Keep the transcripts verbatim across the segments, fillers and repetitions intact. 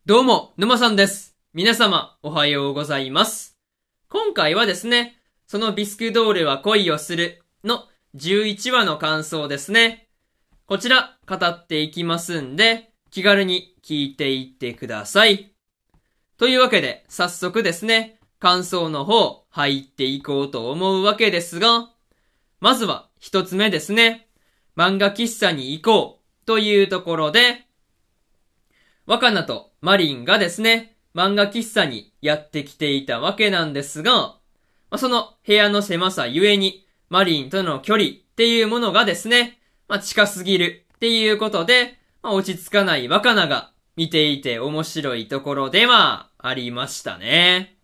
どうも、沼さんです。皆様、おはようございます。今回はですね、そのビスクドールは恋をするのじゅういちわの感想ですね。こちら、語っていきますんで、気軽に聞いていってください。というわけで、早速ですね、感想の方、入っていこうと思うわけですが、まずは一つ目ですね、漫画喫茶に行こうというところで、若菜とマリンがですね、漫画喫茶にやってきていたわけなんですが、まあ、その部屋の狭さゆえに、マリンとの距離っていうものがですね、まあ、近すぎるっていうことで、まあ、落ち着かない若菜が見ていて面白いところではありましたね。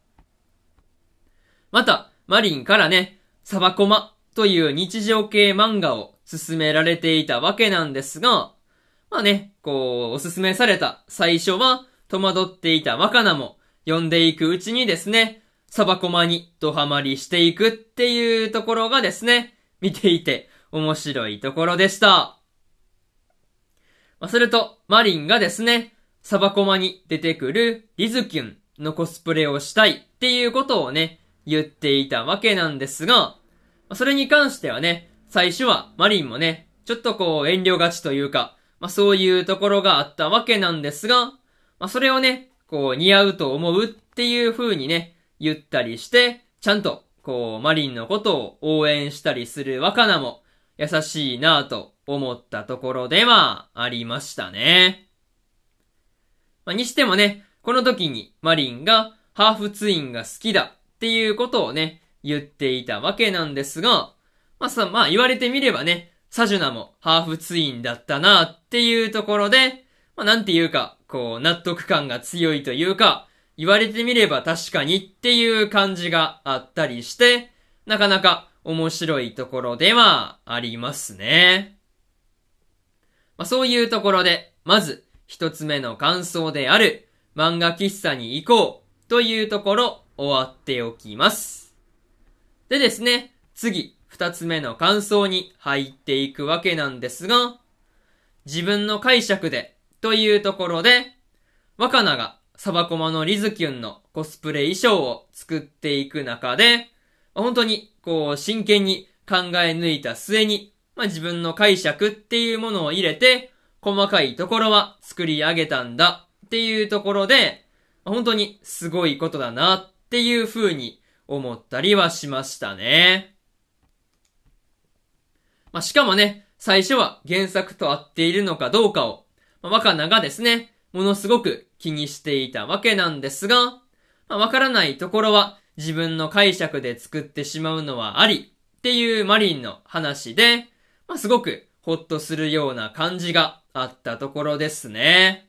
また、マリンからね、サバコマという日常系漫画を勧められていたわけなんですが、まあね、こう、おすすめされた最初は戸惑っていた若菜も読んでいくうちにですね、サバコマにドハマりしていくっていうところがですね、見ていて面白いところでした。まあ、それと、マリンがですね、サバコマに出てくるリズキュンのコスプレをしたいっていうことをね、言っていたわけなんですが、まあ、それに関してはね、最初はマリンもね、ちょっとこう遠慮がちというか、まあそういうところがあったわけなんですが、まあそれをね、こう似合うと思うっていう風にね、言ったりして、ちゃんとこうマリンのことを応援したりする若菜も優しいなぁと思ったところではありましたね。まあにしてもね、この時にマリンがハーフツインが好きだっていうことをね、言っていたわけなんですが、まあさ、まあ言われてみればね、サジュナもハーフツインだったなっていうところで、まあなんていうか、こう納得感が強いというか、言われてみれば確かにっていう感じがあったりして、なかなか面白いところではありますね。まあそういうところで、まず一つ目の感想である漫画喫茶に行こうというところ終わっておきます。でですね、次、二つ目の感想に入っていくわけなんですが、自分の解釈でというところで、若菜がサバコマのリズキュンのコスプレ衣装を作っていく中で、本当にこう真剣に考え抜いた末に、まあ、自分の解釈っていうものを入れて、細かいところは作り上げたんだっていうところで、本当にすごいことだなっていう風に思ったりはしましたね。まあ、しかもね、最初は原作と合っているのかどうかを、まあ、若菜がですね、ものすごく気にしていたわけなんですが、まあ、わからないところは自分の解釈で作ってしまうのはありっていうマリンの話で、まあ、すごくほっとするような感じがあったところですね。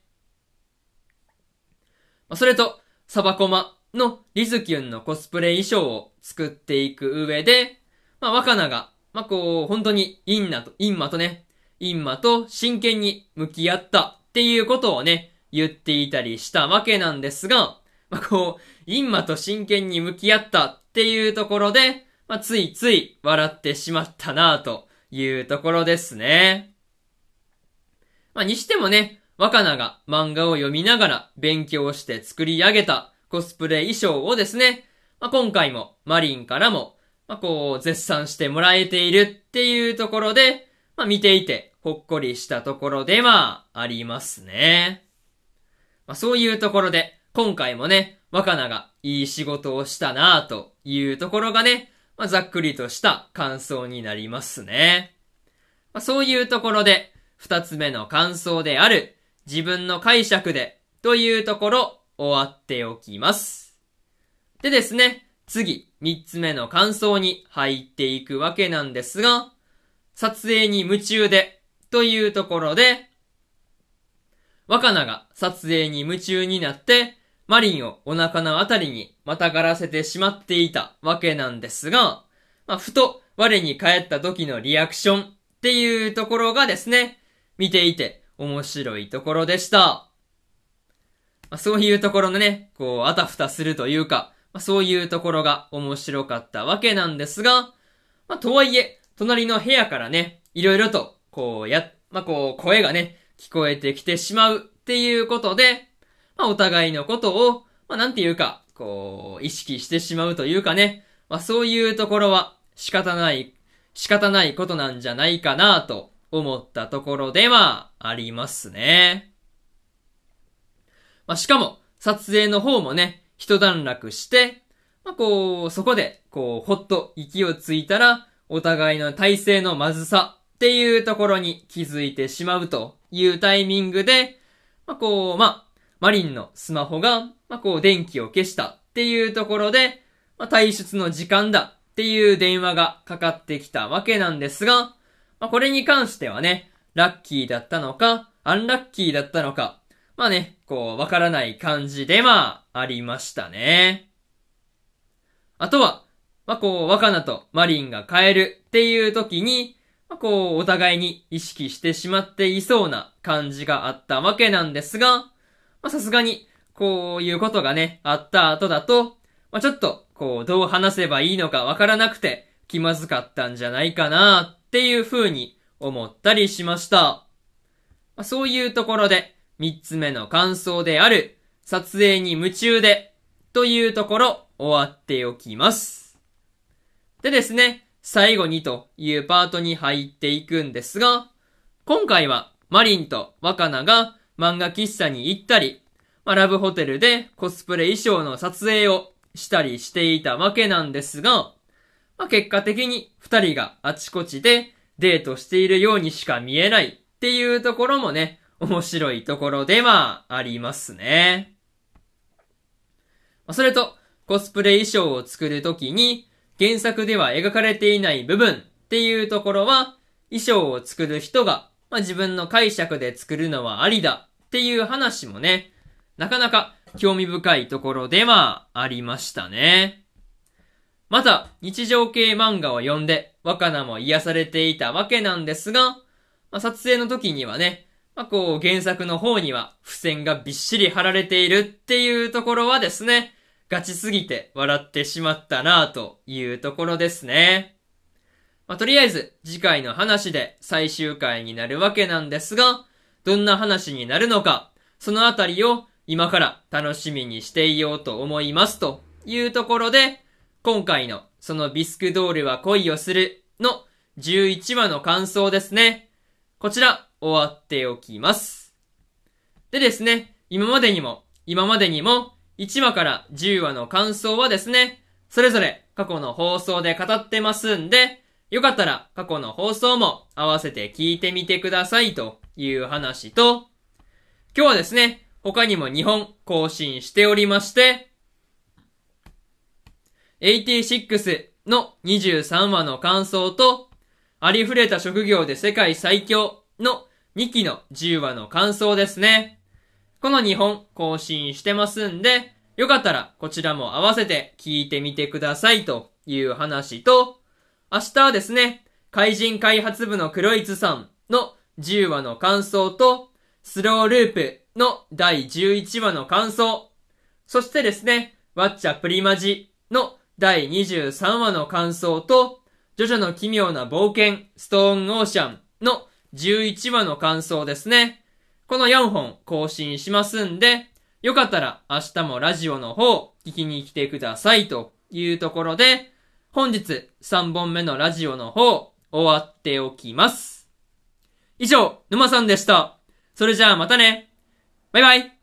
まあ、それと、サバコマのリズキュンのコスプレ衣装を作っていく上で、まあ、若菜がまあ、こう、本当に、インナと、インマとね、インマと真剣に向き合ったっていうことをね、言っていたりしたわけなんですが、まあ、こう、インマと真剣に向き合ったっていうところで、まあ、ついつい笑ってしまったなというところですね。まあ、にしてもね、若菜が漫画を読みながら勉強して作り上げたコスプレ衣装をですね、まあ、今回もマリンからもまあ、こう、絶賛してもらえているっていうところで、まあ、見ていてほっこりしたところではありますね。まあ、そういうところで、今回もね、若菜がいい仕事をしたなぁというところがね、まあ、ざっくりとした感想になりますね。まあ、そういうところで、二つ目の感想である、自分の解釈で、というところ、終わっておきます。でですね、次、三つ目の感想に入っていくわけなんですが、撮影に夢中で、というところで、若菜が撮影に夢中になって、マリンをお腹のあたりにまたがらせてしまっていたわけなんですが、まあ、ふと我に帰った時のリアクションっていうところがですね、見ていて面白いところでした。まあ、そういうところのね、こう、あたふたするというか、まあ、そういうところが面白かったわけなんですが、まあ、とはいえ、隣の部屋からね、いろいろと、こう、や、まあ、こう、声がね、聞こえてきてしまうっていうことで、 まあ、お互いのことを、まあ、なんていうか、こう、意識してしまうというかね、まあ、そういうところは仕方ない、仕方ないことなんじゃないかなと思ったところではありますね。まあ、しかも、撮影の方もね、一段落して、まあ、こう、そこで、こう、ほっと息をついたら、お互いの体勢のまずさっていうところに気づいてしまうというタイミングで、まあ、こう、まあ、マリンのスマホが、まあ、こう、電気を消したっていうところで、まあ、退出の時間だっていう電話がかかってきたわけなんですが、まあ、これに関してはね、ラッキーだったのか、アンラッキーだったのか、まあね、こう、わからない感じでまあ、ありましたね。あとは、まあこう、若菜とマリンが帰るっていう時に、まあこう、お互いに意識してしまっていそうな感じがあったわけなんですが、まあさすがに、こういうことがね、あった後だと、まあちょっと、こう、どう話せばいいのかわからなくて、気まずかったんじゃないかなっていう風に思ったりしました。まあ、そういうところで、三つ目の感想である、撮影に夢中で、というところ、終わっておきます。でですね、最後にというパートに入っていくんですが、今回はマリンと若菜が漫画喫茶に行ったり、まあ、ラブホテルでコスプレ衣装の撮影をしたりしていたわけなんですが、まあ、結果的に二人があちこちでデートしているようにしか見えないっていうところもね、面白いところではありますね。それと、コスプレ衣装を作るときに、原作では描かれていない部分っていうところは、衣装を作る人が、まあ、自分の解釈で作るのはありだっていう話もね、なかなか興味深いところではありましたね。また、日常系漫画を読んで、若菜も癒されていたわけなんですが、まあ、撮影の時にはね、まあ、こう原作の方には付箋がびっしり貼られているっていうところはですね、ガチすぎて笑ってしまったなぁというところですね。まあ、とりあえず次回の話で最終回になるわけなんですが、どんな話になるのか、そのあたりを今から楽しみにしていようと思いますというところで、今回のそのビスクドールは恋をするのじゅういちわの感想ですね。こちら終わっておきます。でですね、今までにも、今までにもいちわからじゅうわの感想はですね、それぞれ過去の放送で語ってますんで、よかったら過去の放送も合わせて聞いてみてくださいという話と、今日はですね、他にもにほん更新しておりまして、はちじゅうろくのにじゅうさんわの感想と、ありふれた職業で世界最強のにきのじゅうわの感想ですね。このにほん更新してますんで、よかったらこちらも合わせて聞いてみてくださいという話と、明日はですね、怪人開発部のクロイツさんのじゅうわの感想と、スローループのだいじゅういちわの感想、そしてですね、ワッチャプリマジのだいにじゅうさんわの感想と、ジョジョの奇妙な冒険ストーンオーシャンのじゅういちわの感想ですね。このよんほん更新しますんで、よかったら明日もラジオの方聞きに来てくださいというところで、本日さんぼんめのラジオの方終わっておきます。以上、沼さんでした。それじゃあまたね。バイバイ。